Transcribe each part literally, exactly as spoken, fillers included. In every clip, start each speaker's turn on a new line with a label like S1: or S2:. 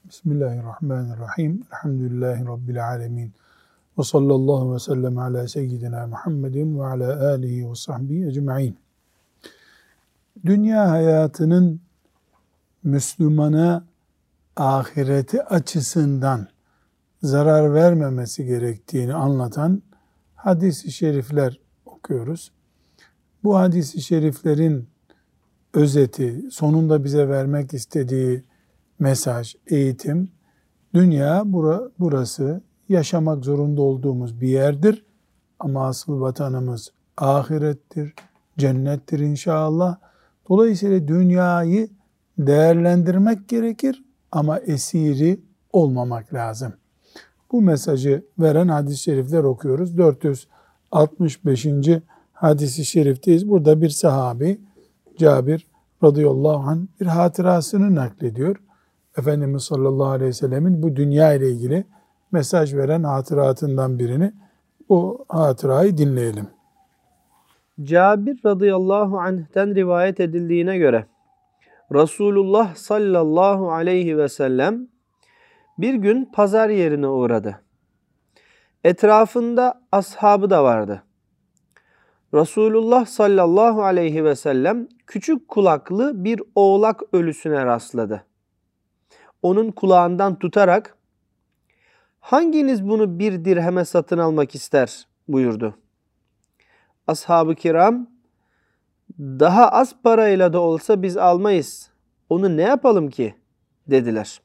S1: Bismillahirrahmanirrahim. Elhamdülillahi Rabbil alemin. Ve sallallahu ve sellem ala seyyidina Muhammedin ve ala alihi ve sahbihi ecma'in. Dünya hayatının Müslümana ahireti açısından zarar vermemesi gerektiğini anlatan hadis-i şerifler okuyoruz. Bu hadis-i şeriflerin özeti, sonunda bize vermek istediği mesaj, eğitim, dünya burası yaşamak zorunda olduğumuz bir yerdir. Ama asıl vatanımız ahirettir, cennettir inşallah. Dolayısıyla dünyayı değerlendirmek gerekir ama esiri olmamak lazım. Bu mesajı veren hadis-i şerifler okuyoruz. dört yüz altmış beşinci hadis-i şerifteyiz. Burada bir sahabi Cabir radıyallahu anh bir hatırasını naklediyor. Efendimiz sallallahu aleyhi ve sellemin bu dünya ile ilgili mesaj veren hatıratından birini, o hatırayı dinleyelim.
S2: Cabir radıyallahu anh'ten rivayet edildiğine göre Resulullah sallallahu aleyhi ve sellem bir gün pazar yerine uğradı. Etrafında ashabı da vardı. Resulullah sallallahu aleyhi ve sellem küçük kulaklı bir oğlak ölüsüne rastladı. Onun kulağından tutarak "Hanginiz bunu bir dirheme satın almak ister?" buyurdu. Ashab-ı kiram, "Daha az parayla da olsa biz almayız. Onu ne yapalım ki?" dediler.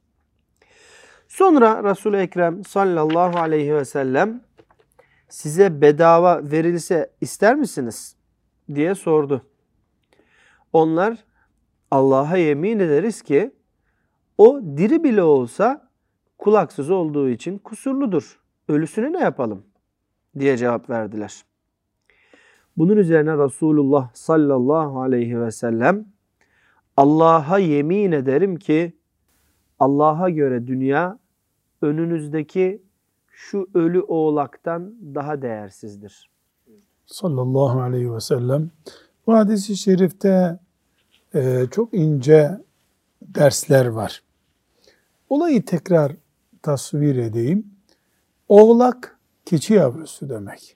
S2: Sonra Resul-i Ekrem sallallahu aleyhi ve sellem "Size bedava verilse ister misiniz?" diye sordu. Onlar, "Allah'a yemin ederiz ki o diri bile olsa kulaksız olduğu için kusurludur. Ölüsünü ne yapalım?" diye cevap verdiler. Bunun üzerine Resulullah sallallahu aleyhi ve sellem, "Allah'a yemin ederim ki Allah'a göre dünya önünüzdeki şu ölü oğlaktan daha değersizdir."
S1: Sallallahu aleyhi ve sellem. Bu hadis-i şerifte e, çok ince dersler var. Olayı tekrar tasvir edeyim. Oğlak keçi yavrusu demek.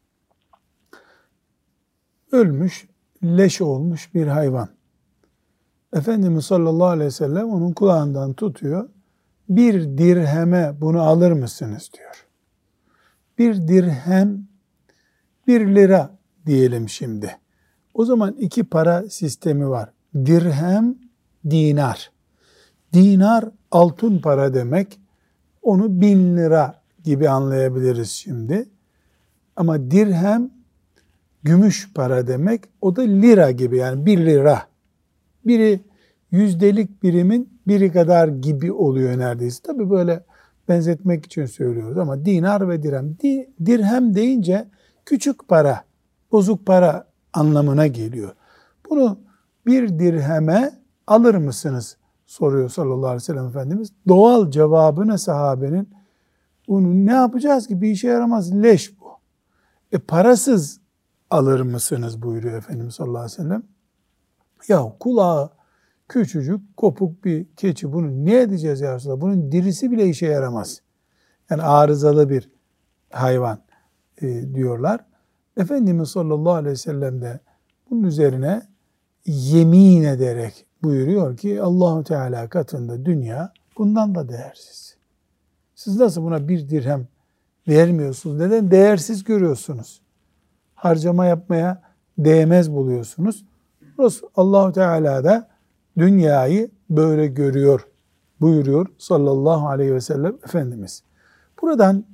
S1: Ölmüş, leş olmuş bir hayvan. Efendimiz sallallahu aleyhi ve sellem onun kulağından tutuyor. Bir dirheme bunu alır mısınız diyor. Bir dirhem, bir lira diyelim şimdi. O zaman iki para sistemi var. Dirhem, dinar. Dinar altın para demek. Onu bin lira gibi anlayabiliriz şimdi. Ama dirhem gümüş para demek. O da lira gibi, yani bir lira. Biri yüzdelik birimin biri kadar gibi oluyor neredeyse. Tabii böyle benzetmek için söylüyoruz ama dinar ve dirhem. Dirhem deyince küçük para, bozuk para anlamına geliyor. Bunu bir dirheme alır mısınız soruyor sallallahu aleyhi ve sellem Efendimiz. Doğal cevabına sahabenin, bunu ne yapacağız ki, bir işe yaramaz, leş bu. E parasız alır mısınız buyuruyor Efendimiz sallallahu aleyhi ve sellem. Ya kulağı küçücük kopuk bir keçi, bunu ne edeceğiz ya Resulallah? Bunun dirisi bile işe yaramaz. Yani arızalı bir hayvan e, diyorlar. Efendimiz sallallahu aleyhi ve sellem de bunun üzerine yemin ederek buyuruyor ki Allah-u Teala katında dünya bundan da değersiz. Siz nasıl buna bir dirhem vermiyorsunuz? Neden? Değersiz görüyorsunuz. Harcama yapmaya değmez buluyorsunuz. Allah-u Teala da dünyayı böyle görüyor buyuruyor sallallahu aleyhi ve sellem Efendimiz. Buradan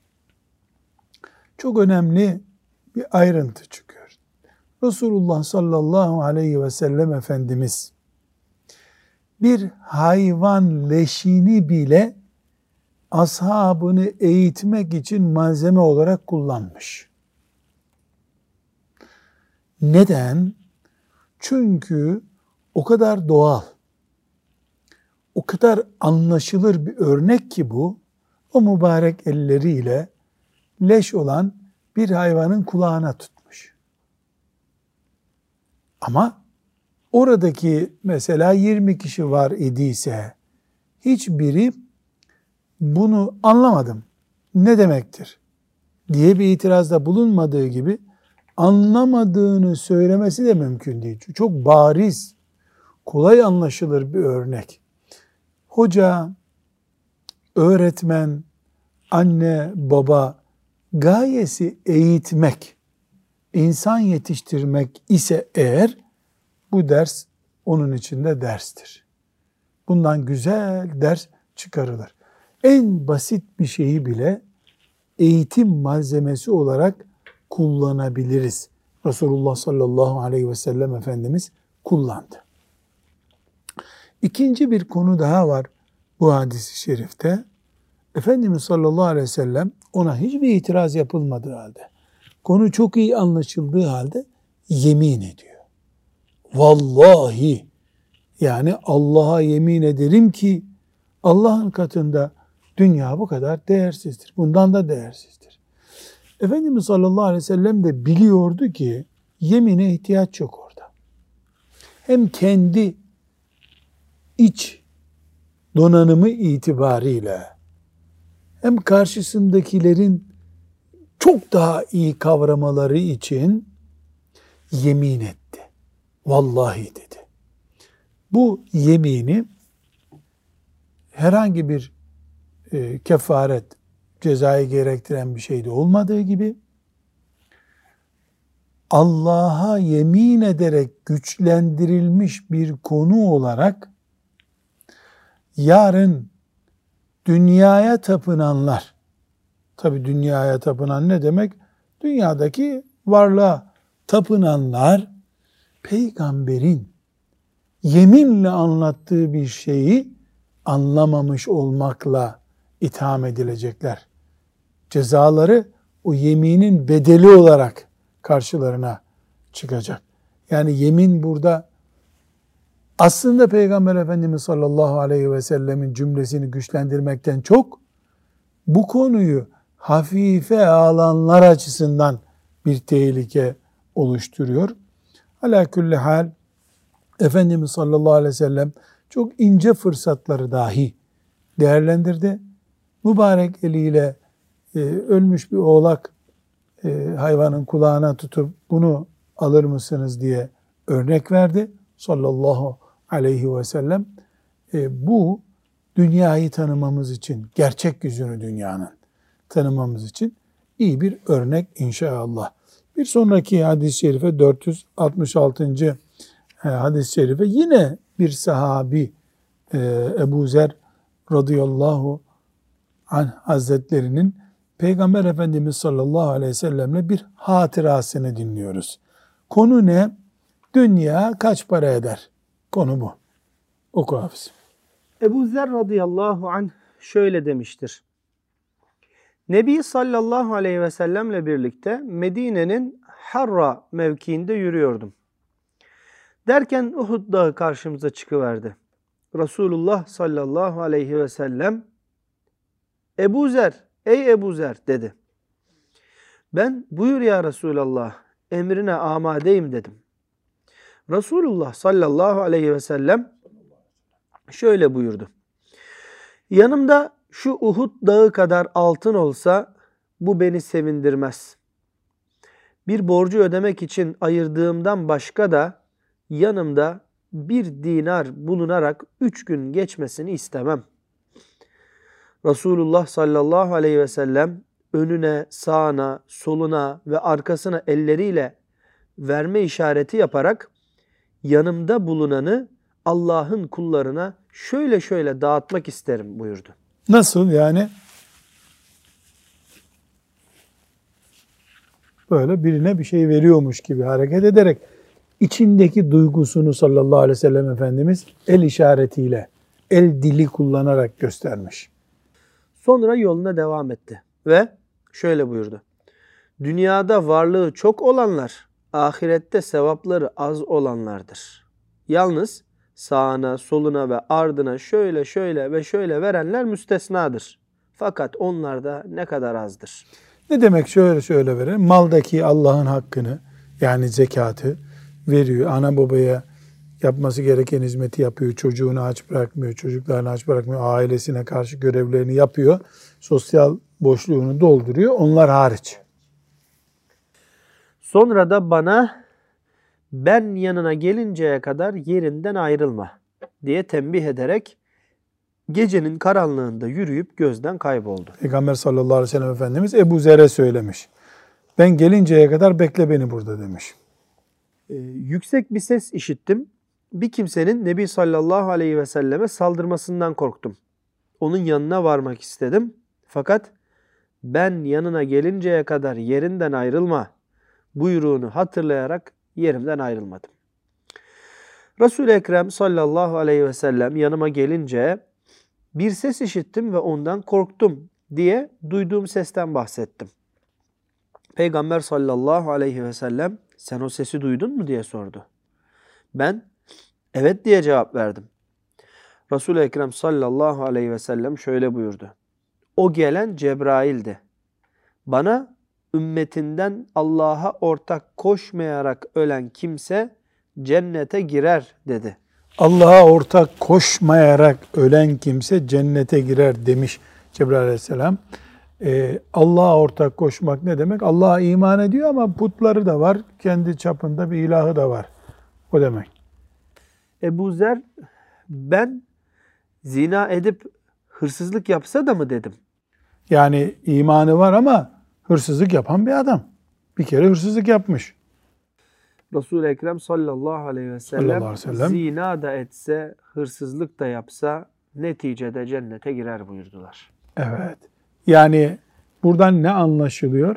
S1: çok önemli bir ayrıntı çıkıyor. Resulullah sallallahu aleyhi ve sellem Efendimiz bir hayvan leşini bile ashabını eğitmek için malzeme olarak kullanmış. Neden? Çünkü o kadar doğal, o kadar anlaşılır bir örnek ki bu, o mübarek elleriyle leş olan bir hayvanın kulağına tutmuş. Ama oradaki mesela yirmi kişi var idiyse, hiçbiri bunu anlamadım, ne demektir diye bir itirazda bulunmadığı gibi anlamadığını söylemesi de mümkün değil. Çünkü çok bariz, kolay anlaşılır bir örnek. Hoca, öğretmen, anne, baba gayesi eğitmek, insan yetiştirmek ise eğer bu ders onun için de derstir. Bundan güzel ders çıkarılır. En basit bir şeyi bile eğitim malzemesi olarak kullanabiliriz. Resulullah sallallahu aleyhi ve sellem Efendimiz kullandı. İkinci bir konu daha var bu hadis-i şerifte. Efendimiz sallallahu aleyhi ve sellem ona hiçbir itiraz yapılmadığı halde, konu çok iyi anlaşıldığı halde yemin ediyor. Vallahi, yani Allah'a yemin ederim ki Allah'ın katında dünya bu kadar değersizdir. Bundan da değersizdir. Efendimiz sallallahu aleyhi ve sellem de biliyordu ki yemine ihtiyaç yok orada. Hem kendi iç donanımı itibariyle hem karşısındakilerin çok daha iyi kavramaları için yemin etti. Vallahi dedi. Bu yemini herhangi bir e, kefaret, cezayı gerektiren bir şey de olmadığı gibi Allah'a yemin ederek güçlendirilmiş bir konu olarak yarın dünyaya tapınanlar, tabi dünyaya tapınan ne demek? Dünyadaki varlığa tapınanlar peygamberin yeminle anlattığı bir şeyi anlamamış olmakla itham edilecekler. Cezaları o yeminin bedeli olarak karşılarına çıkacak. Yani yemin burada aslında Peygamber Efendimiz sallallahu aleyhi ve sellemin cümlesini güçlendirmekten çok bu konuyu hafife alanlar açısından bir tehlike oluşturuyor. Ala külli hal Efendimiz sallallahu aleyhi ve sellem çok ince fırsatları dahi değerlendirdi. Mübarek eliyle e, ölmüş bir oğlak e, hayvanın kulağına tutup bunu alır mısınız diye örnek verdi sallallahu aleyhi ve sellem. E, bu dünyayı tanımamız için, gerçek yüzünü dünyanın tanımamız için iyi bir örnek inşallah. Bir sonraki hadis-i şerife dört yüz altmış altıncı hadis-i şerife yine bir sahabi Ebu Zer radıyallahu anh hazretlerinin Peygamber Efendimiz sallallahu aleyhi ve sellemle bir hatırasını dinliyoruz. Konu ne? Dünya kaç para eder? Konu bu. Oku Hafız.
S2: Ebu Zer radıyallahu anh şöyle demiştir. Nebi sallallahu aleyhi ve sellemle birlikte Medine'nin Harra mevkiinde yürüyordum. Derken Uhud dağı karşımıza çıkıverdi. Resulullah sallallahu aleyhi ve sellem Ebu Zer, ey Ebu Zer dedi. Ben buyur ya Resulallah emrine amadeyim dedim. Resulullah sallallahu aleyhi ve sellem şöyle buyurdu. Yanımda şu Uhud dağı kadar altın olsa bu beni sevindirmez. Bir borcu ödemek için ayırdığımdan başka da yanımda bir dinar bulunarak üç gün geçmesini istemem. Resulullah sallallahu aleyhi ve sellem önüne, sağına, soluna ve arkasına elleriyle verme işareti yaparak yanımda bulunanı Allah'ın kullarına şöyle şöyle dağıtmak isterim buyurdu.
S1: Nasıl yani? Böyle birine bir şey veriyormuş gibi hareket ederek içindeki duygusunu sallallahu aleyhi ve sellem Efendimiz el işaretiyle, el dili kullanarak göstermiş.
S2: Sonra yoluna devam etti ve şöyle buyurdu. Dünyada varlığı çok olanlar, ahirette sevapları az olanlardır. Yalnız sağına, soluna ve ardına şöyle şöyle ve şöyle verenler müstesnadır. Fakat onlar da ne kadar azdır.
S1: Ne demek şöyle şöyle veren? Maldaki Allah'ın hakkını yani zekatı veriyor. Ana babaya yapması gereken hizmeti yapıyor, çocuğunu aç bırakmıyor, çocuklarını aç bırakmıyor, ailesine karşı görevlerini yapıyor, sosyal boşluğunu dolduruyor, onlar hariç.
S2: Sonra da bana ben yanına gelinceye kadar yerinden ayrılma diye tembih ederek gecenin karanlığında yürüyüp gözden kayboldu.
S1: Peygamber sallallahu aleyhi ve sellem Efendimiz Ebu Zer'e söylemiş. Ben gelinceye kadar bekle beni burada demiş.
S2: Ee, yüksek bir ses işittim. Bir kimsenin Nebi sallallahu aleyhi ve selleme saldırmasından korktum. Onun yanına varmak istedim. Fakat ben yanına gelinceye kadar yerinden ayrılma buyruğunu hatırlayarak yerimden ayrılmadım. Resul-i Ekrem sallallahu aleyhi ve sellem yanıma gelince bir ses işittim ve ondan korktum diye duyduğum sesten bahsettim. Peygamber sallallahu aleyhi ve sellem sen o sesi duydun mu diye sordu. Ben evet diye cevap verdim. Resul-i Ekrem sallallahu aleyhi ve sellem şöyle buyurdu. O gelen Cebrail'di. Bana ümmetinden Allah'a ortak koşmayarak ölen kimse cennete girer dedi.
S1: Allah'a ortak koşmayarak ölen kimse cennete girer demiş Cebrail aleyhisselam. Ee, Allah'a ortak koşmak ne demek? Allah'a iman ediyor ama putları da var, kendi çapında bir ilahı da var. O demek.
S2: Ebu Zer ben zina edip hırsızlık yapsa da mı dedim.
S1: Yani imanı var ama hırsızlık yapan bir adam. Bir kere hırsızlık yapmış.
S2: Resul-i Ekrem sallallahu aleyhi ve sellem,
S1: Sallallahu aleyhi ve sellem
S2: zina da etse, hırsızlık da yapsa neticede cennete girer buyurdular.
S1: Evet. Yani buradan ne anlaşılıyor?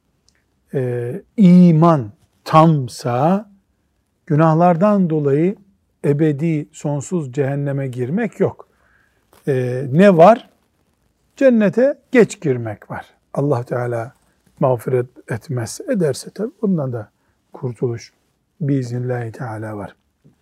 S1: Ee, iman tamsa günahlardan dolayı ebedi, sonsuz cehenneme girmek yok. Ee, ne var? Cennete geç girmek var. Allah Teala mağfiret etmez. Ederse tabii bundan da kurtuluş biiznillahü teala var.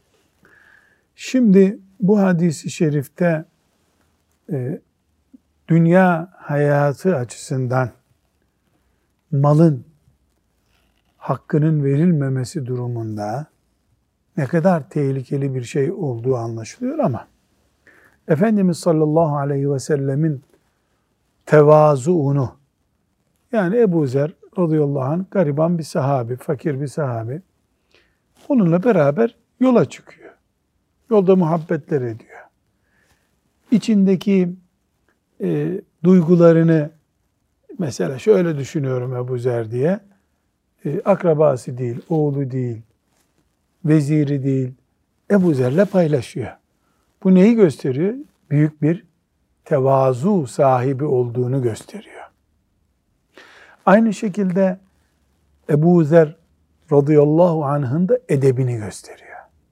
S1: Şimdi bu hadis-i şerifte e, dünya hayatı açısından malın hakkının verilmemesi durumunda ne kadar tehlikeli bir şey olduğu anlaşılıyor ama Efendimiz sallallahu aleyhi ve sellemin tevazuunu, yani Ebu Zer radıyallahu anh gariban bir sahabi, fakir bir sahabi, onunla beraber yola çıkıyor. Yolda muhabbetler ediyor. İçindeki e, duygularını, mesela şöyle düşünüyorum Ebu Zer diye, e, akrabası değil, oğlu değil, veziri değil, Ebu Zer'le paylaşıyor. Bu neyi gösteriyor? Büyük bir tevazu sahibi olduğunu gösteriyor. Aynı şekilde Ebu Zer radıyallahu anh'ın da edebini gösteriyor.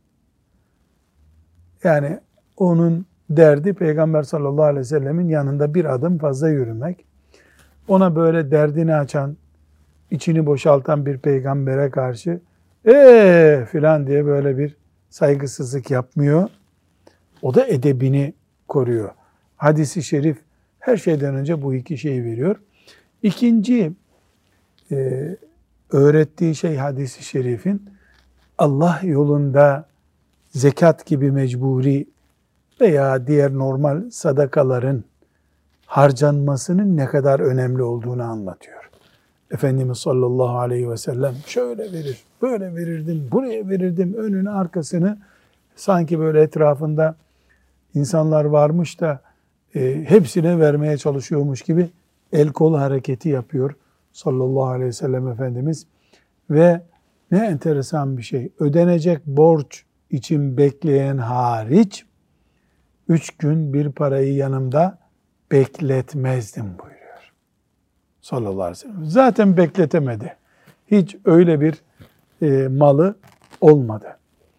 S1: Yani onun derdi Peygamber sallallahu aleyhi ve sellemin yanında bir adım fazla yürümek. Ona böyle derdini açan, içini boşaltan bir peygambere karşı eee filan diye böyle bir saygısızlık yapmıyor. O da edebini koruyor. Hadis-i şerif her şeyden önce bu iki şeyi veriyor. İkinci e, öğrettiği şey hadis-i şerifin Allah yolunda zekat gibi mecburi veya diğer normal sadakaların harcanmasının ne kadar önemli olduğunu anlatıyor. Efendimiz sallallahu aleyhi ve sellem şöyle verir, böyle verirdim, buraya verirdim, önünü arkasını, sanki böyle etrafında insanlar varmış da e, hepsine vermeye çalışıyormuş gibi el kol hareketi yapıyor sallallahu aleyhi ve sellem Efendimiz. Ve ne enteresan bir şey, ödenecek borç için bekleyen hariç üç gün bir parayı yanımda bekletmezdim buyuruyor sallallahu aleyhi ve sellem. Zaten bekletemedi. Hiç öyle bir e, malı olmadı.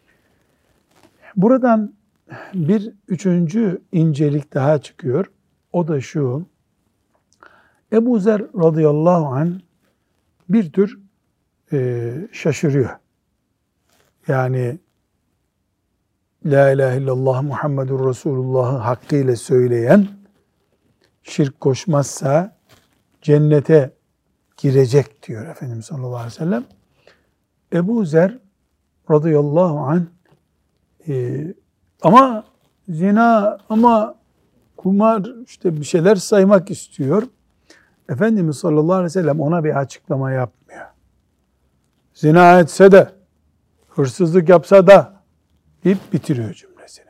S1: Buradan bir üçüncü incelik daha çıkıyor. O da şu: Ebu Zer radıyallahu anh bir tür e, şaşırıyor. Yani La ilahe illallah Muhammedur Resulullah'ı hakkıyla söyleyen, şirk koşmazsa cennete girecek diyor Efendimiz sallallahu aleyhi ve sellem. Ebu Zer radıyallahu anh Ee, ama zina, ama kumar, işte bir şeyler saymak istiyor. Efendimiz sallallahu aleyhi ve sellem ona bir açıklama yapmıyor. Zina etse de, hırsızlık yapsa da deyip bitiriyor cümlesini.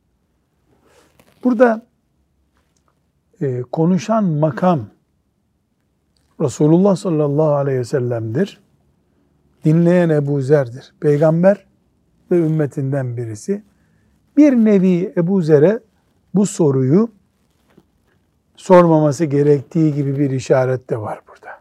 S1: Burada e, konuşan makam Resulullah sallallahu aleyhi ve sellem'dir. Dinleyen Ebu Zer'dir. Peygamber ve ümmetinden birisi. Bir nevi Ebu Zer'e bu soruyu sormaması gerektiği gibi bir işaret de var burada.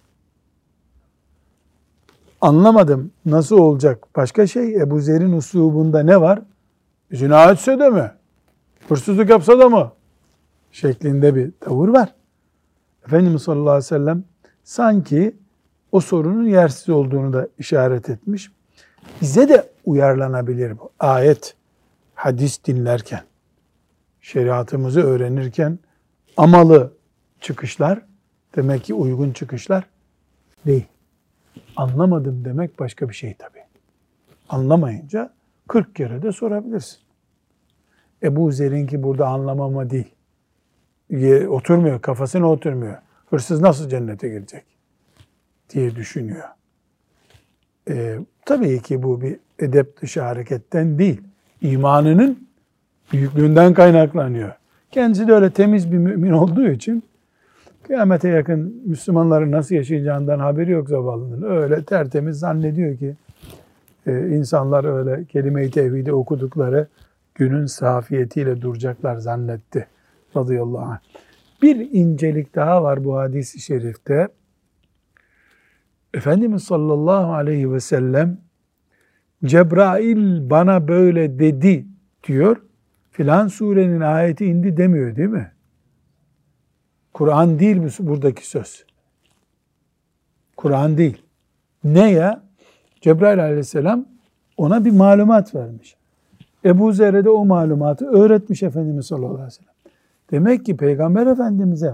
S1: Anlamadım, nasıl olacak? Başka şey, Ebu Zer'in üslubunda ne var? Zina etse de mi? Hırsızlık yapsa da mı? Şeklinde bir tavır var. Efendimiz sallallahu aleyhi ve sellem sanki o sorunun yersiz olduğunu da işaret etmiş. Bize de uyarlanabilir bu. Ayet, hadis dinlerken, şeriatımızı öğrenirken amalı çıkışlar, demek ki uygun çıkışlar değil. Anlamadım demek başka bir şey tabii. Anlamayınca kırk kere de sorabilirsin. Ebu Zer'inki burada anlamama değil. Oturmuyor, kafasına oturmuyor. Hırsız nasıl cennete girecek diye düşünüyor. Ee, tabii ki bu bir edep dışı hareketten değil. İmanının büyüklüğünden kaynaklanıyor. Kendisi de öyle temiz bir mümin olduğu için kıyamete yakın Müslümanların nasıl yaşayacağından haberi yok zavallının. Öyle tertemiz zannediyor ki e, insanlar öyle kelime-i tevhidi okudukları günün safiyetiyle duracaklar zannetti radıyallahu anh. Bir incelik daha var bu hadis-i şerifte. Efendimiz sallallahu aleyhi ve sellem Cebrail bana böyle dedi diyor. Filan surenin ayeti indi demiyor değil mi? Kur'an değil bu buradaki söz. Kur'an değil. Ne ya? Cebrail aleyhisselam ona bir malumat vermiş. Ebu Zer'e de o malumatı öğretmiş Efendimiz sallallahu aleyhi ve sellem. Demek ki Peygamber Efendimiz'e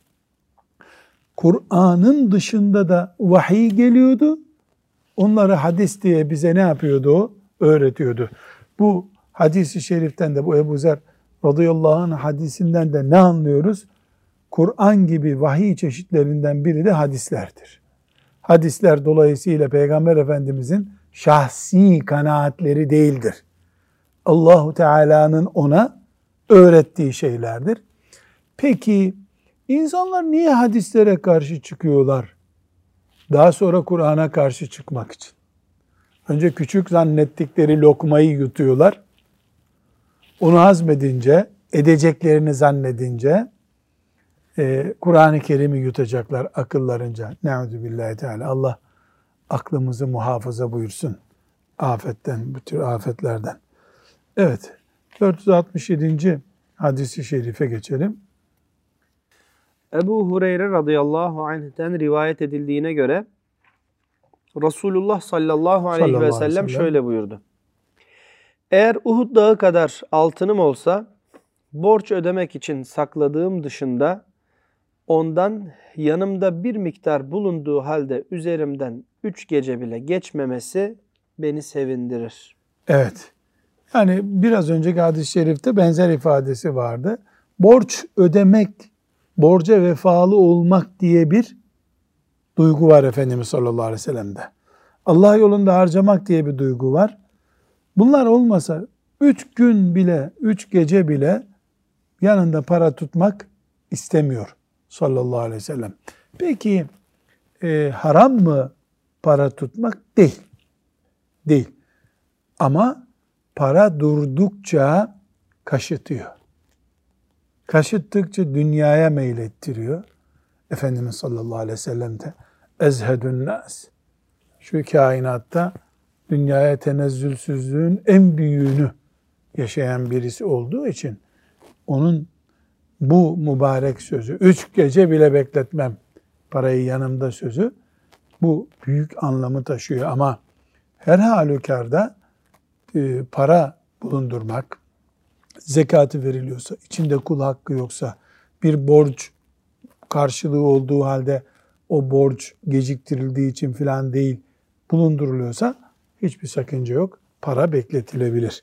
S1: Kur'an'ın dışında da vahiy geliyordu. Onları hadis diye bize ne yapıyordu o? Öğretiyordu. Bu hadis-i şeriften de, bu Ebu Zer radıyallahu anh hadisinden de ne anlıyoruz? Kur'an gibi vahiy çeşitlerinden biri de hadislerdir. Hadisler dolayısıyla Peygamber Efendimizin şahsi kanaatleri değildir. Allahu Teala'nın ona öğrettiği şeylerdir. Peki insanlar niye hadislere karşı çıkıyorlar? Daha sonra Kur'an'a karşı çıkmak için. Önce küçük zannettikleri lokmayı yutuyorlar. Onu hazmedince, edeceklerini zannedince e, Kur'an-ı Kerim'i yutacaklar akıllarınca. Ne'udübillahi Teala. Allah aklımızı muhafaza buyursun afetten, bu tür afetlerden. Evet, dört yüz altmış yedinci hadis-i şerife geçelim.
S2: Ebu Hureyre radıyallahu anh'ten rivayet edildiğine göre Resulullah sallallahu aleyhi
S1: Sallallahu
S2: ve
S1: aleyhi ve
S2: sellem
S1: sellem.
S2: şöyle buyurdu. Eğer Uhud dağı kadar altınım olsa, borç ödemek için sakladığım dışında ondan yanımda bir miktar bulunduğu halde üzerimden üç gece bile geçmemesi beni sevindirir.
S1: Evet. Yani biraz önceki hadis-i şerifte benzer ifadesi vardı. Borç ödemek, borca vefalı olmak diye bir duygu var Efendimiz sallallahu aleyhi ve sellem'de. Allah yolunda harcamak diye bir duygu var. Bunlar olmasa üç gün bile, üç gece bile yanında para tutmak istemiyor sallallahu aleyhi ve sellem. Peki e, haram mı para tutmak? Değil. Değil. Ama para durdukça kaşıtıyor. Kaşıttıkça dünyaya meylettiriyor. Efendimiz sallallahu aleyhi ve sellem de ezhedün nas. Şu kainatta dünyaya tenezzülsüzlüğün en büyüğünü yaşayan birisi olduğu için onun bu mübarek sözü, üç gece bile bekletmem parayı yanımda sözü, bu büyük anlamı taşıyor. Ama her halükarda e, para bulundurmak, zekatı veriliyorsa, içinde kul hakkı yoksa, bir borç karşılığı olduğu halde o borç geciktirildiği için filan değil, bulunduruluyorsa hiçbir sakınca yok. Para bekletilebilir.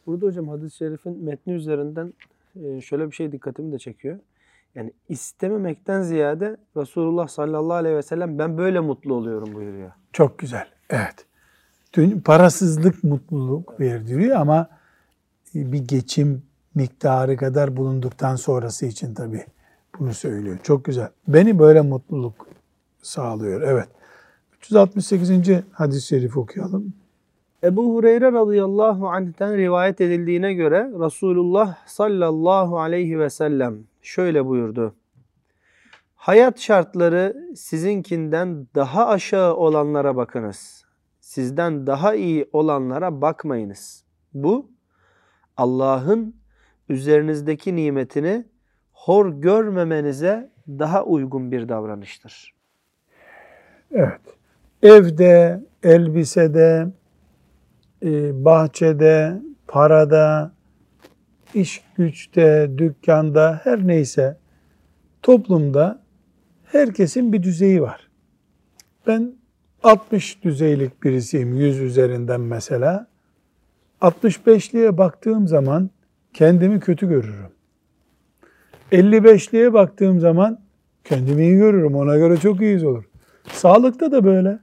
S2: Burada hocam hadis-i şerifin metni üzerinden e, şöyle bir şey dikkatimi de çekiyor. Yani istememekten ziyade Resulullah sallallahu aleyhi ve sellem ben böyle mutlu oluyorum buyuruyor.
S1: Çok güzel. Evet. Dün parasızlık mutluluk verdiriyor ama bir geçim miktarı kadar bulunduktan sonrası için tabii bunu söylüyor. Çok güzel. Beni böyle mutluluk sağlıyor. Evet. üç yüz altmış sekizinci hadis-i şerifi okuyalım.
S2: Ebu Hureyre radıyallahu anh'ten rivayet edildiğine göre Resulullah sallallahu aleyhi ve sellem şöyle buyurdu. Hayat şartları sizinkinden daha aşağı olanlara bakınız. Sizden daha iyi olanlara bakmayınız. Bu Allah'ın üzerinizdeki nimetini hor görmemenize daha uygun bir davranıştır.
S1: Evet. Evde, elbisede, bahçede, parada, iş güçte, dükkanda, her neyse toplumda herkesin bir düzeyi var. Ben altmış düzeylik birisiyim yüz üzerinden mesela. altmış beşliğe baktığım zaman kendimi kötü görürüm. elli beşliğe baktığım zaman kendimi iyi görürüm. Ona göre çok iyiyiz olur. Sağlıkta da böyle.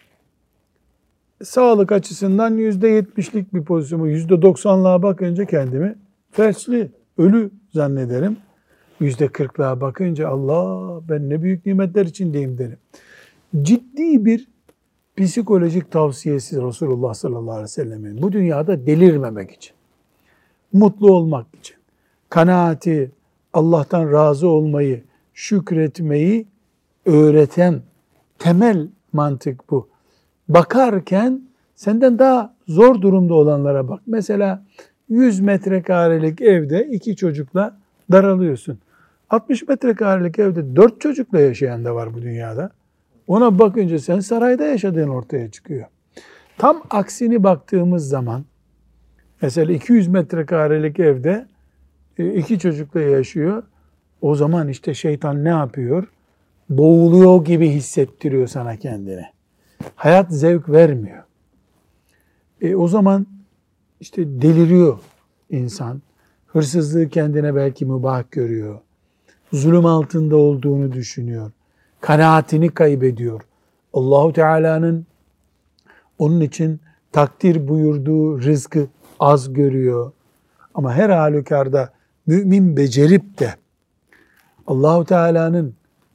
S1: Sağlık açısından yüzde yetmişlik bir pozisyonu, yüzde doksanlığa bakınca kendimi felçli, ölü zannederim. Yüzde kırklığa bakınca Allah ben ne büyük nimetler içindeyim derim. Ciddi bir psikolojik tavsiyesi Resulullah sallallahu aleyhi ve sellem'in. Bu dünyada delirmemek için, mutlu olmak için, kanaati, Allah'tan razı olmayı, şükretmeyi öğreten temel mantık bu. Bakarken senden daha zor durumda olanlara bak. Mesela yüz metrekarelik evde iki çocukla daralıyorsun. altmış metrekarelik evde dört çocukla yaşayan da var bu dünyada. Ona bakınca sen sarayda yaşadığın ortaya çıkıyor. Tam aksini baktığımız zaman mesela iki yüz metrekarelik evde iki çocukla yaşıyor. O zaman işte şeytan ne yapıyor? Boğuluyor gibi hissettiriyor sana kendini. Hayat zevk vermiyor. E o zaman işte deliriyor insan. Hırsızlığı kendine belki mübah görüyor. Zulüm altında olduğunu düşünüyor. Kanaatini kaybediyor. Allahu Teala'nın onun için takdir buyurduğu rızkı az görüyor. Ama her halükarda mümin becerip de Allahu Teala'nın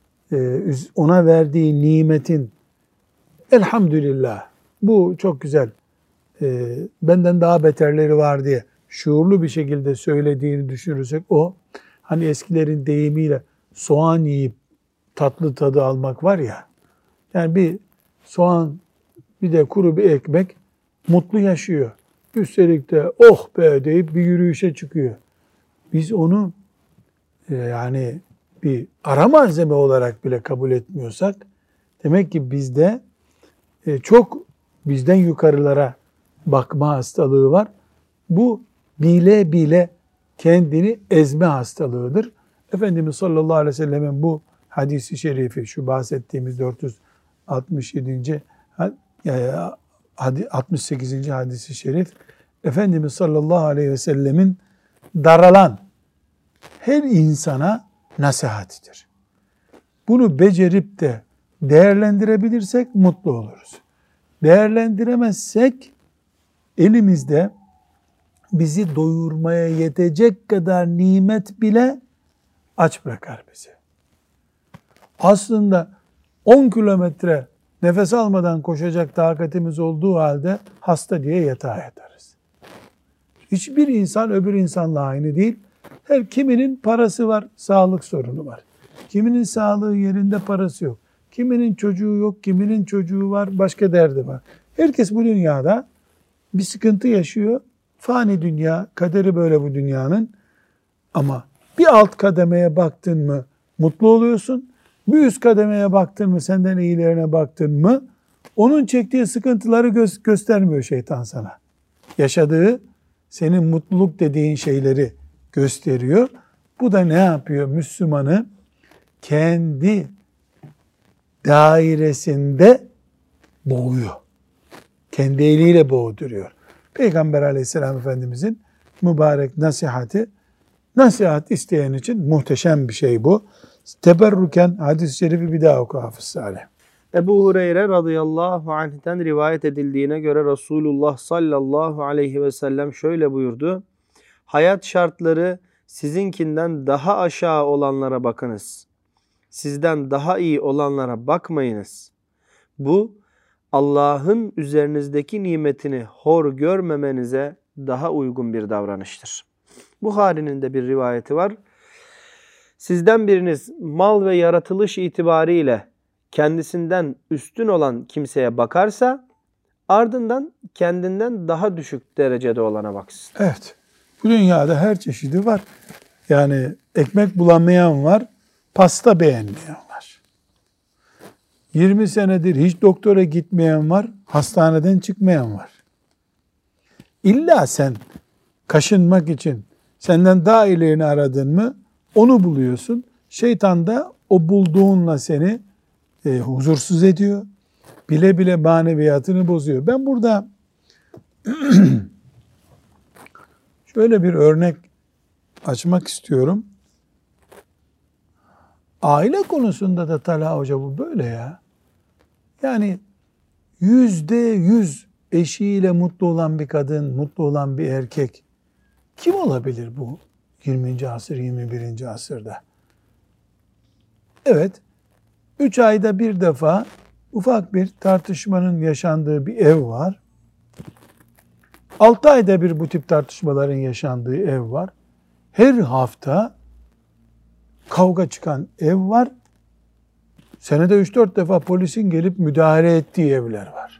S1: ona verdiği nimetin elhamdülillah bu çok güzel, benden daha beterleri var diye şuurlu bir şekilde söylediğini düşünürsek o hani eskilerin deyimiyle soğan yiyip tatlı tadı almak var ya, yani bir soğan bir de kuru bir ekmek mutlu yaşıyor. Üstelik de oh be deyip bir yürüyüşe çıkıyor. Biz onu yani bir ara malzeme olarak bile kabul etmiyorsak demek ki bizde çok bizden yukarılara bakma hastalığı var. Bu bile bile kendini ezme hastalığıdır. Efendimiz sallallahu aleyhi ve sellem'in bu hadisi şerifi, şu bahsettiğimiz dört yüz altmış yedinci altmış sekizinci hadisi şerif, Efendimiz sallallahu aleyhi ve sellemin daralan her insana nasihatidir. Bunu becerip de değerlendirebilirsek mutlu oluruz. Değerlendiremezsek elimizde bizi doyurmaya yetecek kadar nimet bile aç bırakar bizi. Aslında on kilometre nefes almadan koşacak takatimiz olduğu halde hasta diye yatağa yatarız. Hiçbir insan öbür insanla aynı değil. Her kiminin parası var, sağlık sorunu var. Kiminin sağlığı yerinde, parası yok. Kiminin çocuğu yok, kiminin çocuğu var, başka derdi var. Herkes bu dünyada bir sıkıntı yaşıyor. Fani dünya, kaderi böyle bu dünyanın. Ama bir alt kademeye baktın mı mutlu oluyorsun. Bir üst kademeye baktın mı, senden iyilerine baktın mı, onun çektiği sıkıntıları gö- göstermiyor şeytan sana. Yaşadığı, senin mutluluk dediğin şeyleri gösteriyor. Bu da ne yapıyor? Müslümanı kendi dairesinde boğuyor. Kendi eliyle boğduruyor. Peygamber aleyhisselam Efendimizin mübarek nasihati, nasihat isteyen için muhteşem bir şey bu. Teberrüken hadis-i şerifi bir daha oku Hafız Salih.
S2: Ebu Hureyre radıyallahu anh'ten rivayet edildiğine göre Resulullah sallallahu aleyhi ve sellem şöyle buyurdu. Hayat şartları sizinkinden daha aşağı olanlara bakınız. Sizden daha iyi olanlara bakmayınız. Bu Allah'ın üzerinizdeki nimetini hor görmemenize daha uygun bir davranıştır. Buhari'nin de bir rivayeti var. Sizden biriniz mal ve yaratılış itibariyle kendisinden üstün olan kimseye bakarsa ardından kendinden daha düşük derecede olana baksın.
S1: Evet. Bu dünyada her çeşidi var. Yani ekmek bulamayan var, pasta beğenmeyen var. yirmi senedir hiç doktora gitmeyen var, hastaneden çıkmayan var. İlla sen kaşınmak için senden daha ilerini aradın mı onu buluyorsun. Şeytan da o bulduğunla seni e, huzursuz ediyor. Bile bile maneviyatını bozuyor. Ben burada şöyle bir örnek açmak istiyorum. Aile konusunda da Talha Hoca bu böyle ya. Yani yüzde yüz eşiyle mutlu olan bir kadın, mutlu olan bir erkek kim olabilir bu yirminci asır, yirmi birinci asırda? Evet, üç ayda bir defa ufak bir tartışmanın yaşandığı bir ev var. Altı ayda bir bu tip tartışmaların yaşandığı ev var. Her hafta kavga çıkan ev var. Senede üç dört defa polisin gelip müdahale ettiği evler var.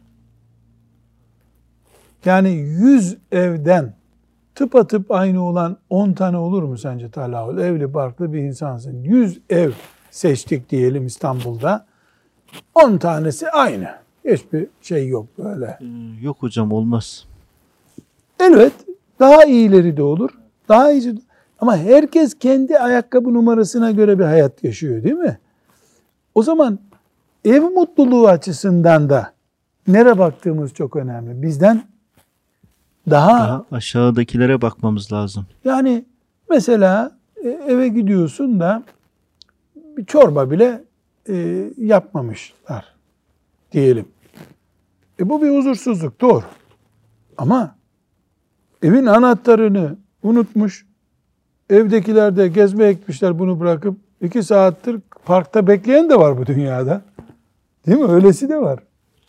S1: Yani yüz evden tıpatıp aynı olan on tane olur mu sence Talha? Evli barklı bir insansın. yüz ev seçtik diyelim İstanbul'da. on tanesi aynı. Hiçbir şey yok böyle.
S3: Ee, yok hocam, olmaz.
S1: Evet, daha iyileri de olur. Daha iyisi de. Ama herkes kendi ayakkabı numarasına göre bir hayat yaşıyor, değil mi? O zaman ev mutluluğu açısından da nereye baktığımız çok önemli. Bizden daha,
S3: Daha aşağıdakilere bakmamız lazım.
S1: yani mesela eve gidiyorsun da bir çorba bile e, yapmamışlar diyelim. E bu bir huzursuzluk, doğru. Ama evin anahtarını unutmuş, evdekiler de gezmeye gitmişler bunu bırakıp iki saattir parkta bekleyen de var bu dünyada. Değil mi? Öylesi de var.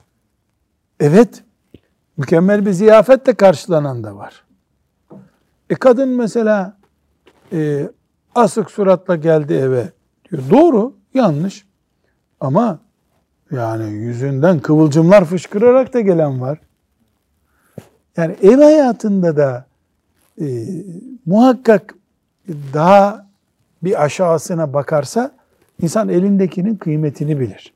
S1: Evet, mükemmel bir ziyafetle karşılanan da var. E kadın mesela e, asık suratla geldi eve diyor. Doğru, yanlış. Ama yani yüzünden kıvılcımlar fışkırarak da gelen var. Yani ev hayatında da e, muhakkak daha bir aşağısına bakarsa insan elindekinin kıymetini bilir.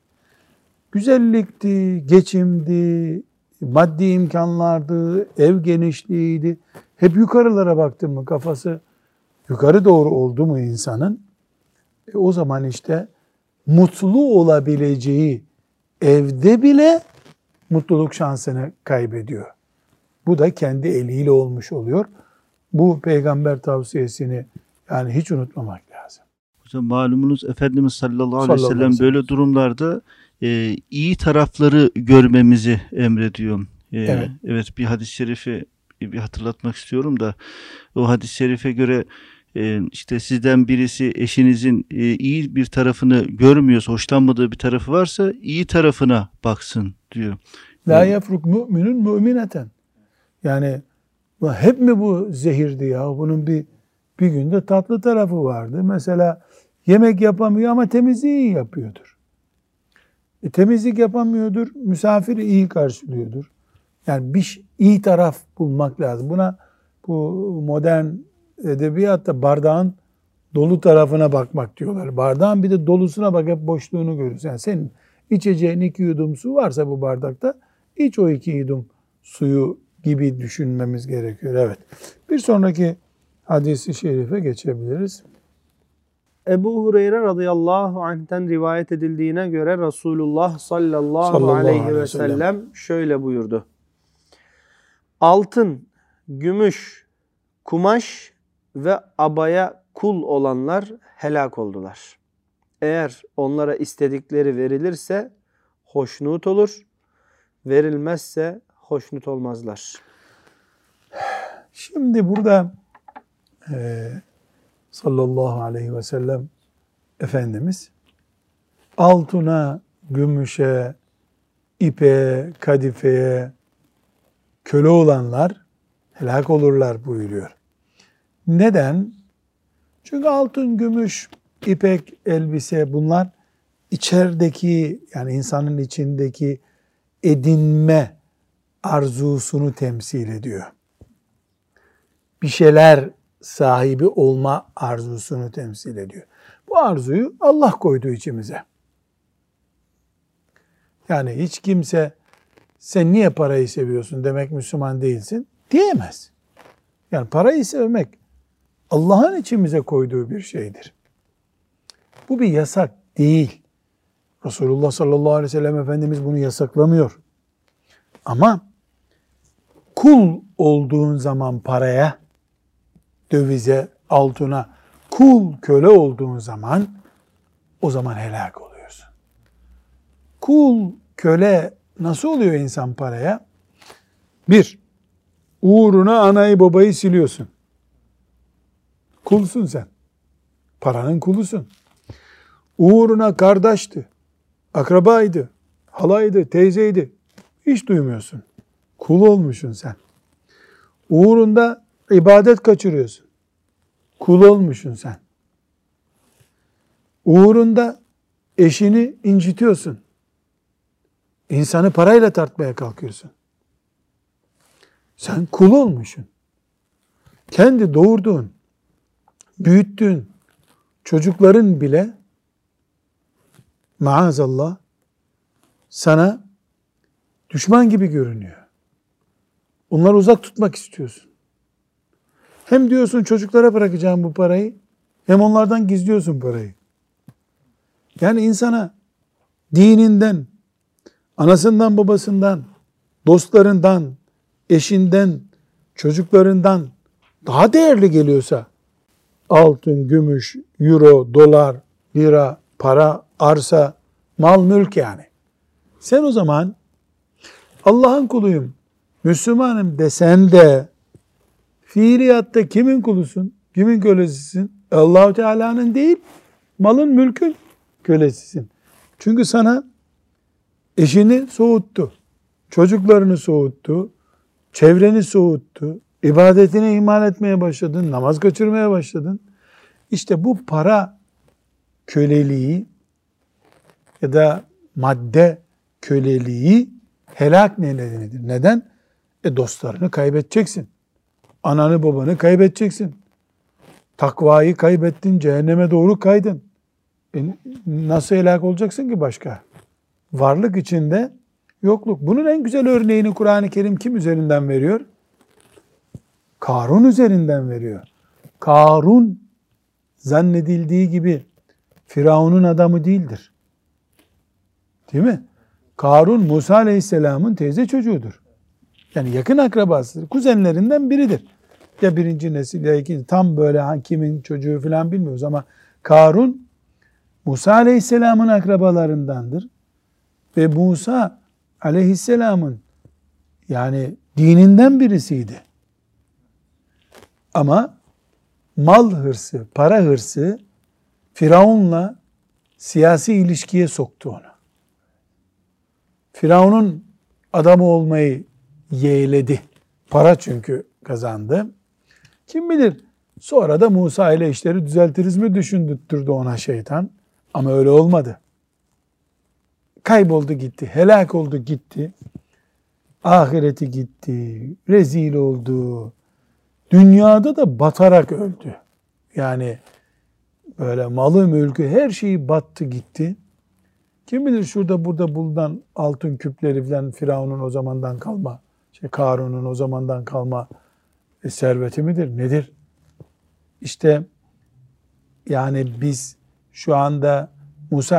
S1: Güzellikti, geçimdi, maddi imkanlardı, ev genişliğiydi. Hep yukarılara baktın mı, kafası yukarı doğru oldu mu insanın, e, o zaman işte mutlu olabileceği evde bile mutluluk şansını kaybediyor. Bu da kendi eliyle olmuş oluyor. Bu peygamber tavsiyesini yani hiç unutmamak lazım.
S3: Hocam malumunuz Efendimiz sallallahu aleyhi ve
S1: Sallallahu
S3: sellem
S1: aleyhi ve sellem.
S3: böyle durumlarda e, iyi tarafları görmemizi emrediyor. E,
S1: Evet.
S3: evet, bir hadis-i şerifi bir hatırlatmak istiyorum da o hadis-i şerife göre e, işte sizden birisi eşinizin e, iyi bir tarafını görmüyorsa, hoşlanmadığı bir tarafı varsa iyi tarafına baksın diyor.
S1: La yefruk müminun mümineten. Yani hep mi bu zehirdi ya? Bunun bir bir günde tatlı tarafı vardı. Mesela yemek yapamıyor ama temizliği iyi yapıyordur. E, temizlik yapamıyordur, misafiri iyi karşılıyordur. Yani bir iyi taraf bulmak lazım. Buna bu modern edebiyatta bardağın dolu tarafına bakmak diyorlar. Bardağın bir de dolusuna bak, hep boşluğunu görürsün. Yani senin içeceğin iki yudum su varsa bu bardakta, iç o iki yudum suyu gibi düşünmemiz gerekiyor. Evet. Bir sonraki hadis-i şerife geçebiliriz.
S2: Ebu Hureyre radıyallahu anh'ten rivayet edildiğine göre Resulullah sallallahu,
S1: Sallallahu
S2: aleyhi
S1: aleyhi ve
S2: ve sellem şöyle buyurdu. Altın, gümüş, kumaş ve abaya kul olanlar helak oldular. Eğer onlara istedikleri verilirse hoşnut olur, verilmezse hoşnut olmazlar.
S1: Şimdi burada e, sallallahu aleyhi ve sellem Efendimiz altına, gümüşe, ipe, kadifeye köle olanlar helak olurlar buyuruyor. Neden? Çünkü altın, gümüş, ipek, elbise bunlar içerideki, yani insanın içindeki edinme arzusunu temsil ediyor. Bir şeyler sahibi olma arzusunu temsil ediyor. Bu arzuyu Allah koydu içimize. Yani hiç kimse sen niye parayı seviyorsun demek Müslüman değilsin diyemez. Yani parayı sevmek Allah'ın içimize koyduğu bir şeydir. Bu bir yasak değil. Resulullah sallallahu aleyhi ve sellem Efendimiz bunu yasaklamıyor. Ama kul olduğun zaman paraya, dövize, altına, kul, köle olduğun zaman o zaman helak oluyorsun. Kul, köle nasıl oluyor insan paraya? Bir, uğruna anayı babayı siliyorsun. Kulsun sen. Paranın kulusun. Uğruna kardeşti, akrabaydı, halaydı, teyzeydi. Hiç duymuyorsun. Kul olmuşsun sen. Uğrunda ibadet kaçırıyorsun. Kul olmuşsun sen. Uğrunda eşini incitiyorsun. İnsanı parayla tartmaya kalkıyorsun. Sen kul olmuşsun. Kendi doğurduğun, büyüttüğün çocukların bile maazallah sana düşman gibi görünüyor. Onları uzak tutmak istiyorsun. Hem diyorsun çocuklara bırakacağım bu parayı, hem onlardan gizliyorsun parayı. Yani insana dininden, anasından, babasından, dostlarından, eşinden, çocuklarından daha değerli geliyorsa altın, gümüş, euro, dolar, lira, para, arsa, mal, mülk yani. Sen o zaman Allah'ın kuluyum, Müslümanım desen de fiiliyatta kimin kulusun, kimin kölesisin? Allah-u Teala'nın değil, malın, mülkün kölesisin. Çünkü sana eşini soğuttu, çocuklarını soğuttu, çevreni soğuttu, ibadetini ihmal etmeye başladın, namaz kaçırmaya başladın. İşte bu para köleliği ya da madde köleliği helak nedenidir. Neden? E dostlarını kaybedeceksin. Ananı babanı kaybedeceksin. Takvayı kaybettin, cehenneme doğru kaydın. E nasıl helak olacaksın ki başka? Varlık içinde yokluk. Bunun en güzel örneğini Kur'an-ı Kerim kim üzerinden veriyor? Karun üzerinden veriyor. Karun zannedildiği gibi Firavun'un adamı değildir. Değil mi? Karun Musa Aleyhisselam'ın teyze çocuğudur. Yani yakın akrabasıdır. Kuzenlerinden biridir. Ya birinci nesil ya ikinci. Tam böyle kimin çocuğu falan bilmiyoruz ama Karun Musa Aleyhisselam'ın akrabalarındandır. Ve Musa Aleyhisselam'ın yani dininden birisiydi. Ama mal hırsı, para hırsı Firavun'la siyasi ilişkiye soktu onu. Firavun'un adamı olmayı yeğledi. Para çünkü kazandı. Kim bilir sonra da Musa ile işleri düzeltiriz mi düşündürttürdü ona şeytan. Ama öyle olmadı. Kayboldu gitti, helak oldu gitti. Ahireti gitti, rezil oldu. Dünyada da batarak öldü. Yani böyle malı, mülkü, her şeyi battı gitti. Kim bilir şurada burada bulunan altın küpleri falan Firavun'un o zamandan kalma, şey Karun'un o zamandan kalma e, serveti midir, nedir? İşte yani biz şu anda Musa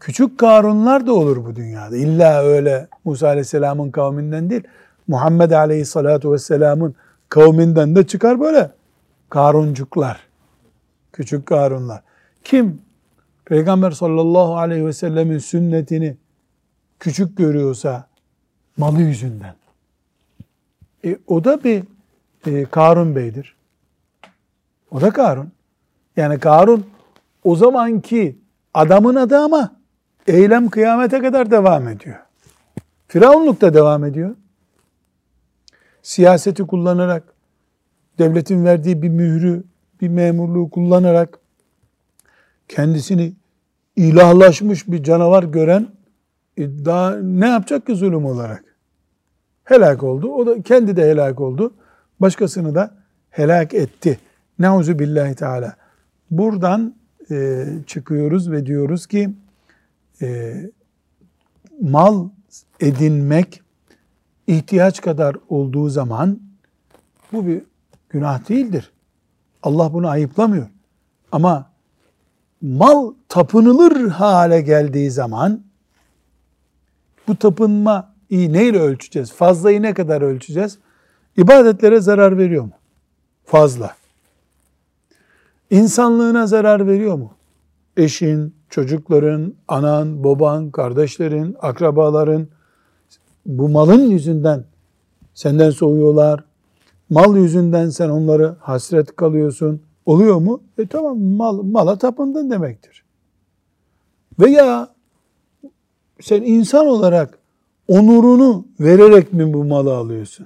S1: Küçük Karunlar da olur bu dünyada. İlla öyle Musa Aleyhisselam'ın kavminden değil, Muhammed Aleyhisselatu Vesselam'ın kavminden de çıkar böyle Karuncuklar. Küçük Karunlar. Kim Peygamber sallallahu aleyhi ve sellemin sünnetini küçük görüyorsa malı yüzünden, e, o da bir e, Karun Bey'dir. O da Karun. Yani Karun o zamanki adamın adı ama eylem kıyamete kadar devam ediyor. Firavunluk da devam ediyor. Siyaseti kullanarak, devletin verdiği bir mührü, bir memurluğu kullanarak kendisini ilahlaşmış bir canavar gören e, daha ne yapacak ki zulüm olarak? Helak oldu. O da kendi de helak oldu. Başkasını da helak etti. Nauzu billahi teala. Buradan e, çıkıyoruz ve diyoruz ki e, mal edinmek ihtiyaç kadar olduğu zaman bu bir günah değildir. Allah bunu ayıplamıyor. Ama mal tapınılır hale geldiği zaman bu tapınma neyle ölçeceğiz? Fazlayı ne kadar ölçeceğiz? İbadetlere zarar veriyor mu? Fazla. İnsanlığına zarar veriyor mu? Eşin, çocukların, anan, baban, kardeşlerin, akrabaların bu malın yüzünden senden soğuyorlar. Mal yüzünden sen onları hasret kalıyorsun. Oluyor mu? E tamam, mal, mala tapındın demektir. Veya sen insan olarak onurunu vererek mi bu malı alıyorsun?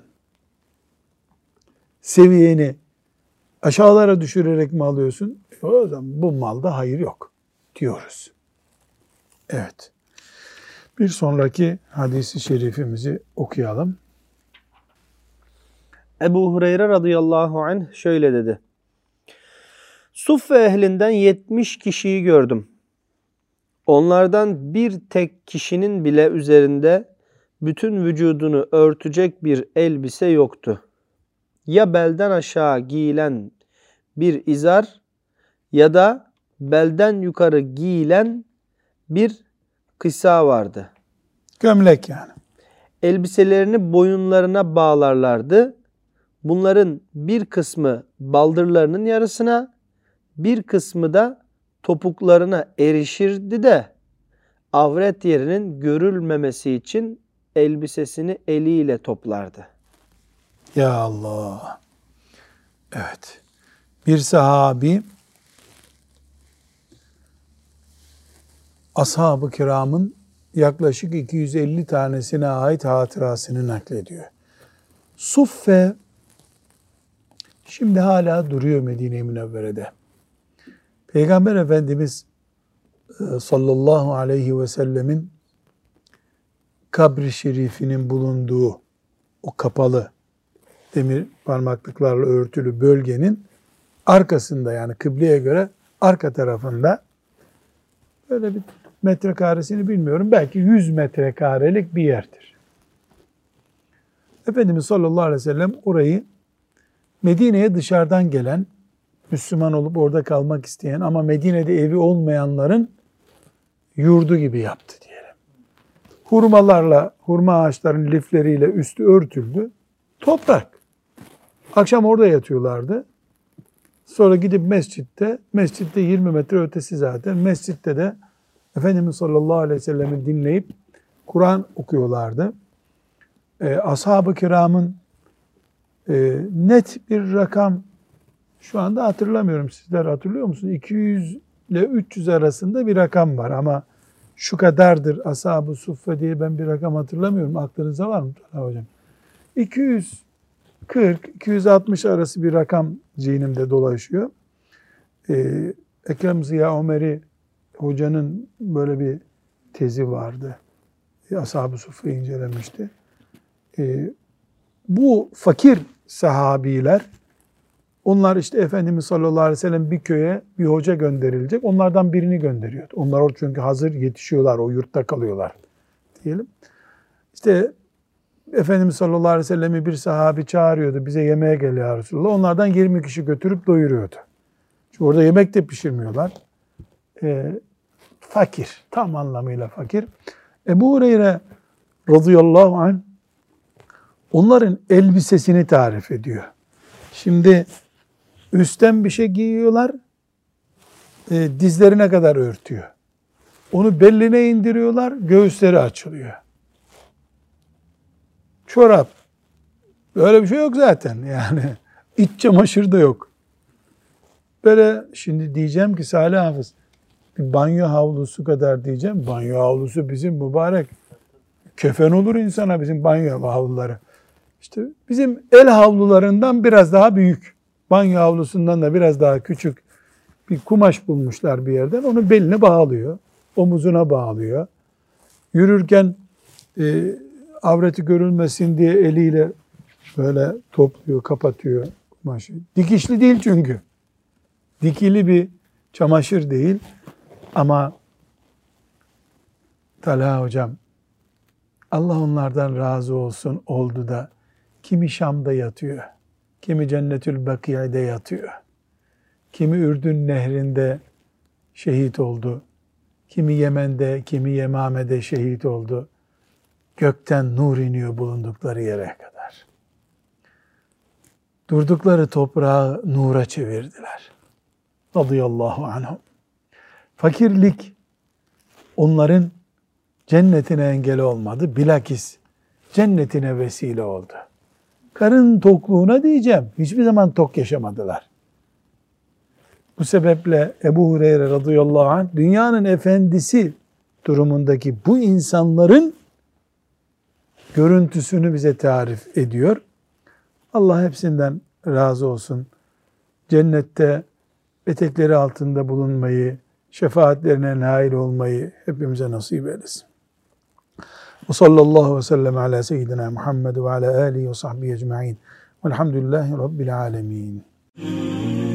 S1: Seviyeni aşağılara düşürerek mi alıyorsun? E o zaman bu malda hayır yok diyoruz. Evet. Bir sonraki hadisi şerifimizi okuyalım.
S2: Ebu Hureyre radıyallahu anh şöyle dedi. Suffe ehlinden yetmiş kişiyi gördüm. Onlardan bir tek kişinin bile üzerinde bütün vücudunu örtecek bir elbise yoktu. Ya belden aşağı giyilen bir izar ya da belden yukarı giyilen bir kısa vardı.
S1: Gömlek yani.
S2: Elbiselerini boyunlarına bağlarlardı. Bunların bir kısmı baldırlarının yarısına, bir kısmı da topuklarına erişirdi de avret yerinin görülmemesi için elbisesini eliyle toplardı.
S1: Ya Allah. Evet. Bir sahabi ashab-ı kiramın yaklaşık iki yüz elli tanesine ait hatırasını naklediyor. Suffe şimdi hala duruyor Medine-i Münevvere'de. Peygamber Efendimiz sallallahu aleyhi ve sellemin kabri şerifinin bulunduğu o kapalı demir parmaklıklarla örtülü bölgenin arkasında, yani kıbleye göre arka tarafında, böyle bir metrekaresini bilmiyorum, belki yüz metrekarelik bir yerdir. Efendimiz sallallahu aleyhi ve sellem orayı Medine'ye dışarıdan gelen, Müslüman olup orada kalmak isteyen ama Medine'de evi olmayanların yurdu gibi yaptı diyelim. Hurmalarla, hurma ağaçlarının lifleriyle üstü örtüldü. Toprak. Akşam orada yatıyorlardı. Sonra gidip mescitte, mescitte yirmi metre ötesi zaten, mescitte de Efendimiz sallallahu aleyhi ve sellem'i dinleyip Kur'an okuyorlardı. Ee, ashab-ı kiramın e, net bir rakam şu anda hatırlamıyorum. Sizler hatırlıyor musunuz? iki yüz ile üç yüz arasında bir rakam var ama şu kadardır ashab-ı suffe diye ben bir rakam hatırlamıyorum. Aklınızda var mı hocam? iki yüz kırk iki yüz altmış arası bir rakam zihnimde dolaşıyor. Ee, Ekrem Ziya Ömer'i hocanın böyle bir tezi vardı. Ashab-ı Suffe'yi incelemişti. Ee, bu fakir sahabiler, onlar işte Efendimiz sallallahu aleyhi ve sellem bir köye bir hoca gönderilecek. Onlardan birini gönderiyordu. Onlar çünkü hazır yetişiyorlar, o yurtta kalıyorlar diyelim. İşte Efendimiz sallallahu aleyhi ve sellem'i bir sahabi çağırıyordu. Bize yemeğe gel ya Resulallah. Onlardan yirmi kişi götürüp doyuruyordu. Çünkü orada yemek de pişirmiyorlar. Ee, Fakir. Tam anlamıyla fakir. Ebu Hureyre radıyallahu anh onların elbisesini tarif ediyor. Şimdi üstten bir şey giyiyorlar, e, dizlerine kadar örtüyor. Onu beline indiriyorlar, göğüsleri açılıyor. Çorap. Böyle bir şey yok zaten yani. İç çamaşır da yok. Böyle şimdi diyeceğim ki Salih Hafız, bir banyo havlusu kadar diyeceğim. Banyo havlusu bizim mübarek. Kefen olur insana bizim banyo havluları. İşte bizim el havlularından biraz daha büyük. Banyo havlusundan da biraz daha küçük bir kumaş bulmuşlar bir yerden. Onu beline bağlıyor. Omuzuna bağlıyor. Yürürken e, avreti görülmesin diye eliyle böyle topluyor, kapatıyor kumaşı. Dikişli değil çünkü. Dikili bir çamaşır değil. Ama Talha hocam, Allah onlardan razı olsun oldu da kimi Şam'da yatıyor, kimi Cennetül Bakiye'de yatıyor, kimi Ürdün nehrinde şehit oldu, kimi Yemen'de, kimi Yemame'de şehit oldu. Gökten nur iniyor bulundukları yere kadar. Durdukları toprağı nura çevirdiler. Radıyallahu anhum. Fakirlik onların cennetine engel olmadı. Bilakis cennetine vesile oldu. Karın tokluğuna diyeceğim. Hiçbir zaman tok yaşamadılar. Bu sebeple Ebu Hureyre radıyallahu anh dünyanın efendisi durumundaki bu insanların görüntüsünü bize tarif ediyor. Allah hepsinden razı olsun. Cennette etekleri altında bulunmayı, şefaatlerine nail olmayı hepimize nasip eylesin. Ve sallallahu ve sellem ala seyyidina Muhammed ve ala alihi ve sahbihi ecma'in. Velhamdülillahi Rabbil alemin.